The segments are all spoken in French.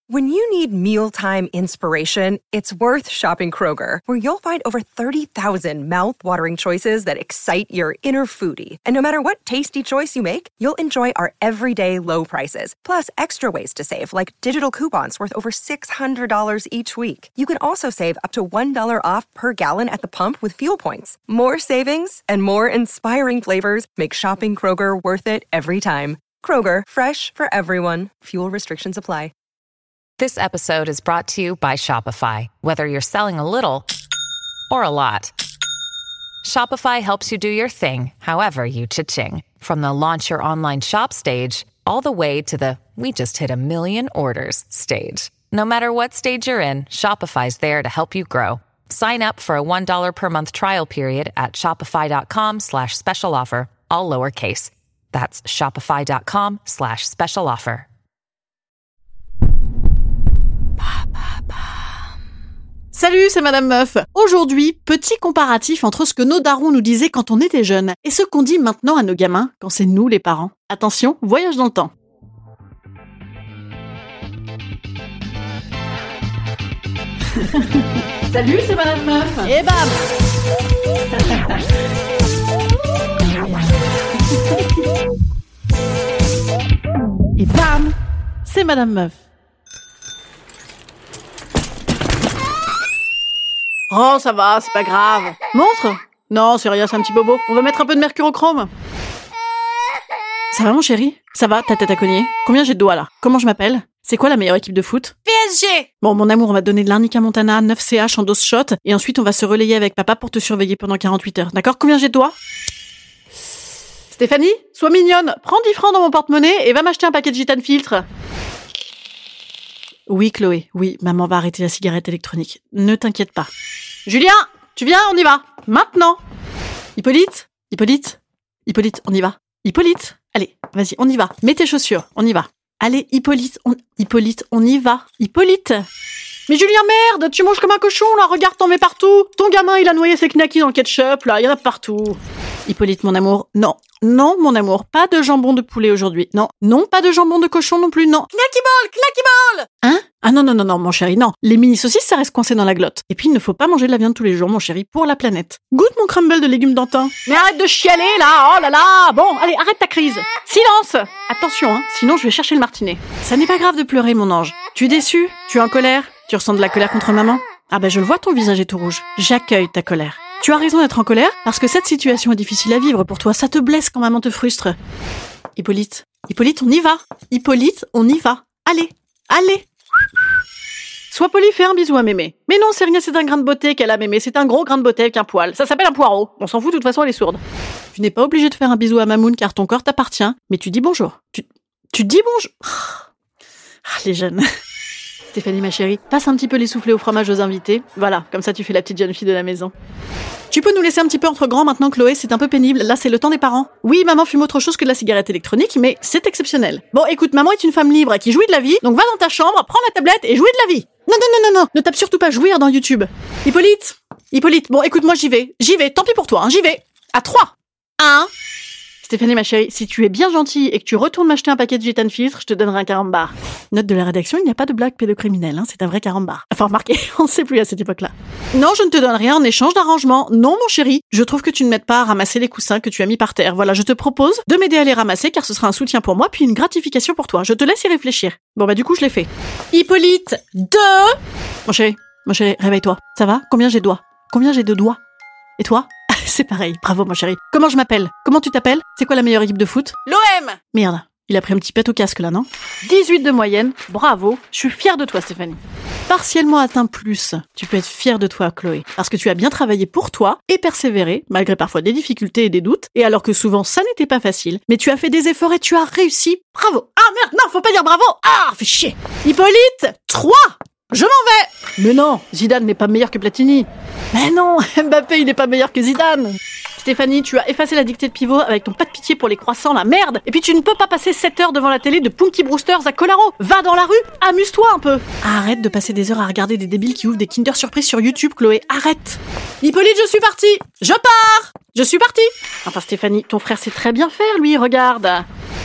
When you need mealtime inspiration, it's worth shopping Kroger, where you'll find over 30,000 mouth-watering choices that excite your inner foodie. And no matter what tasty choice you make, you'll enjoy our everyday low prices, plus extra ways to save, like digital coupons worth over $600 each week. You can also save up to $1 off per gallon at the pump with fuel points. More savings and more inspiring flavors make shopping Kroger worth it every time. Kroger, fresh for everyone. Fuel restrictions apply. This episode is brought to you by Shopify. Whether you're selling a little or a lot, Shopify helps you do your thing, however you cha-ching. From the launch your online shop stage, all the way to the we just hit 1 million orders stage. No matter what stage you're in, Shopify's there to help you grow. Sign up for a $1 per month trial period at shopify.com/special offer, all lowercase. That's shopify.com/special offer. Salut, c'est Madame Meuf. Aujourd'hui, petit comparatif entre ce que nos darons nous disaient quand on était jeunes et ce qu'on dit maintenant à nos gamins quand c'est nous les parents. Attention, voyage dans le temps. Salut, c'est Madame Meuf. Et bam. Et bam, c'est Madame Meuf. Oh, ça va, c'est pas grave. Montre? Non, c'est rien, c'est un petit bobo. On va mettre un peu de mercurochrome. Ça va, mon chéri? Ça va, ta tête à cogner? Combien j'ai de doigts, là? Comment je m'appelle? C'est quoi la meilleure équipe de foot? PSG! Bon, mon amour, on va te donner de l'arnica montana, 9 CH en dose shot, et ensuite on va se relayer avec papa pour te surveiller pendant 48 heures. D'accord? Combien j'ai de doigts? Stéphanie, sois mignonne. Prends 10 francs dans mon porte-monnaie et va m'acheter un paquet de gitane filtre. Oui, Chloé, oui, maman va arrêter la cigarette électronique. Ne t'inquiète pas. Julien, tu viens, on y va. Maintenant. Hippolyte, on y va. Hippolyte, allez, vas-y, on y va. Mets tes chaussures, on y va. Allez, Hippolyte, on y va. Hippolyte. Mais Julien, merde, tu manges comme un cochon, là, regarde, t'en mets partout. Ton gamin, il a noyé ses knackis dans le ketchup, là, il y en a partout. Hippolyte, mon amour, non, mon amour, pas de jambon de poulet aujourd'hui. Non, pas de jambon de cochon non plus, non. Knacky ball! Hein? Ah non, mon chéri, non. Les mini-saucisses, ça reste coincé dans la glotte. Et puis, il ne faut pas manger de la viande tous les jours, mon chéri, pour la planète. Goûte mon crumble de légumes d'antin. Mais arrête de chialer, là, oh là là. Bon, allez, arrête ta crise. Silence. Attention, hein, sinon je vais chercher le martinet. Ça n'est pas grave de pleurer, mon ange. Tu es déçu? Tu es en colère? Tu ressens de la colère contre maman? Ah ben, je le vois, ton visage est tout rouge. J'accueille ta colère. Tu as raison d'être en colère, parce que cette situation est difficile à vivre pour toi. Ça te blesse quand maman te frustre. Hippolyte, on y va. Hippolyte, on y va. Allez. Sois poli, fais un bisou à mémé. Mais non, c'est rien, c'est un grain de beauté qu'elle a mémé. C'est un gros grain de beauté avec un poil. Ça s'appelle un poireau. On s'en fout, de toute façon, elle est sourde. Tu n'es pas obligé de faire un bisou à Mamoun car ton corps t'appartient, mais tu dis bonjour. Tu dis bonjour. Ah, les jeunes. Stéphanie, ma chérie, passe un petit peu les soufflets au fromage aux invités. Voilà, comme ça tu fais la petite jeune fille de la maison. Tu peux nous laisser un petit peu entre grands maintenant, Chloé, c'est un peu pénible. Là, c'est le temps des parents. Oui, maman fume autre chose que de la cigarette électronique, mais c'est exceptionnel. Bon, écoute, maman est une femme libre qui jouit de la vie, donc va dans ta chambre, prends la tablette et jouis de la vie. Non, ne tape surtout pas jouir dans YouTube. Hippolyte, bon, écoute, moi j'y vais, tant pis pour toi, hein, j'y vais. À 3. 1. Stéphanie, ma chérie, si tu es bien gentille et que tu retournes m'acheter un paquet de gitane filtre, je te donnerai un carambar. Note de la rédaction, il n'y a pas de blague pédocriminelle, hein, c'est un vrai carambar. Enfin, remarquez, on ne sait plus à cette époque-là. Non, je ne te donne rien en échange d'arrangement. Non, mon chéri, je trouve que tu ne m'aides pas à ramasser les coussins que tu as mis par terre. Voilà, je te propose de m'aider à les ramasser car ce sera un soutien pour moi puis une gratification pour toi. Je te laisse y réfléchir. Bon, bah du coup, je l'ai fait. Hippolyte, 2. Mon chéri, réveille-toi. Ça va? Combien j'ai de doigts? Combien j'ai de doigts? Et toi? C'est pareil, bravo mon chéri. Comment je m'appelle? Comment tu t'appelles? C'est quoi la meilleure équipe de foot? L'OM! Merde, il a pris un petit pet au casque là, non? 18 de moyenne, bravo, je suis fière de toi Stéphanie. Partiellement atteint plus, tu peux être fière de toi Chloé, parce que tu as bien travaillé pour toi et persévéré, malgré parfois des difficultés et des doutes, et alors que souvent ça n'était pas facile, mais tu as fait des efforts et tu as réussi, bravo. Ah merde, non, faut pas dire bravo. Ah, fais chier. Hippolyte, 3. Je m'en vais. Mais non, Zidane n'est pas meilleur que Platini. Mais non, Mbappé, il n'est pas meilleur que Zidane. Stéphanie, tu as effacé la dictée de pivot avec ton pas de pitié pour les croissants, la merde. Et puis tu ne peux pas passer 7 heures devant la télé de Punky Brewsters à Colaro. Va dans la rue, amuse-toi un peu. Arrête de passer des heures à regarder des débiles qui ouvrent des Kinder Surprise sur YouTube, Chloé, arrête. Hippolyte, je suis partie. Je pars. Je suis partie. Enfin Stéphanie, ton frère sait très bien faire, lui, regarde.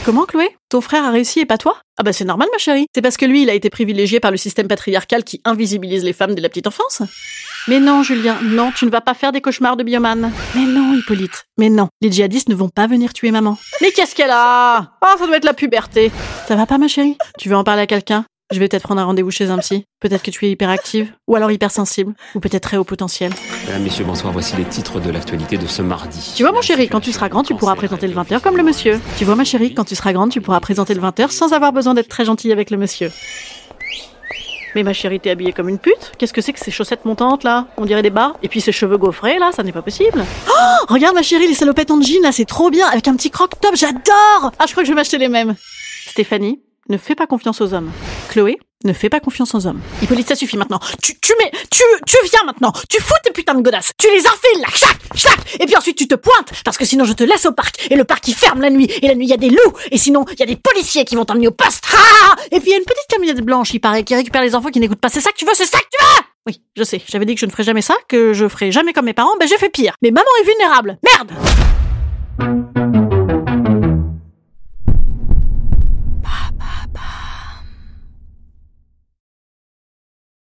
Comment, Chloé? Ton frère a réussi et pas toi? Ah bah c'est normal, ma chérie. C'est parce que lui, il a été privilégié par le système patriarcal qui invisibilise les femmes dès la petite enfance. Mais non, Julien, non, tu ne vas pas faire des cauchemars de bioman. Mais non, Hippolyte, mais non. Les djihadistes ne vont pas venir tuer maman. Mais qu'est-ce qu'elle a? Oh, ça doit être la puberté. Ça va pas, ma chérie? Tu veux en parler à quelqu'un? Je vais peut-être prendre un rendez-vous chez un psy. Peut-être que tu es hyperactive, ou alors hypersensible, ou peut-être très haut potentiel. Mesdames, messieurs, bonsoir. Voici les titres de l'actualité de ce mardi. Tu vois, mon chéri, quand tu seras grand, tu pourras présenter le 20h comme le monsieur. Tu vois, ma chérie, quand tu seras grande, tu pourras présenter le 20h sans avoir besoin d'être très gentille avec le monsieur. Mais ma chérie, t'es habillée comme une pute? Qu'est-ce que c'est que ces chaussettes montantes, là? On dirait des bas. Et puis ces cheveux gaufrés, là, ça n'est pas possible. Oh, regarde, ma chérie, les salopettes en jean, là, c'est trop bien, avec un petit croc-top, j'adore! Ah, je crois que je vais m'acheter les mêmes. Stéphanie, ne fais pas confiance aux hommes. Chloé, ne fais pas confiance aux hommes. Hippolyte, ça suffit maintenant. Tu viens maintenant. Tu fous tes putains de godasses. Tu les enfiles, là, chac. Et puis ensuite, tu te pointes, parce que sinon, je te laisse au parc. Et le parc, il ferme la nuit. Et la nuit, il y a des loups. Et sinon, il y a des policiers qui vont t'emmener au poste. Ah! Et puis, il y a une petite camionnette blanche, il paraît, qui récupère les enfants qui n'écoutent pas. C'est ça que tu veux? C'est ça que tu veux? Oui, je sais. J'avais dit que je ne ferais jamais ça, que je ferais jamais comme mes parents. Ben, j'ai fait pire. Mais maman est vulnérable. Merde!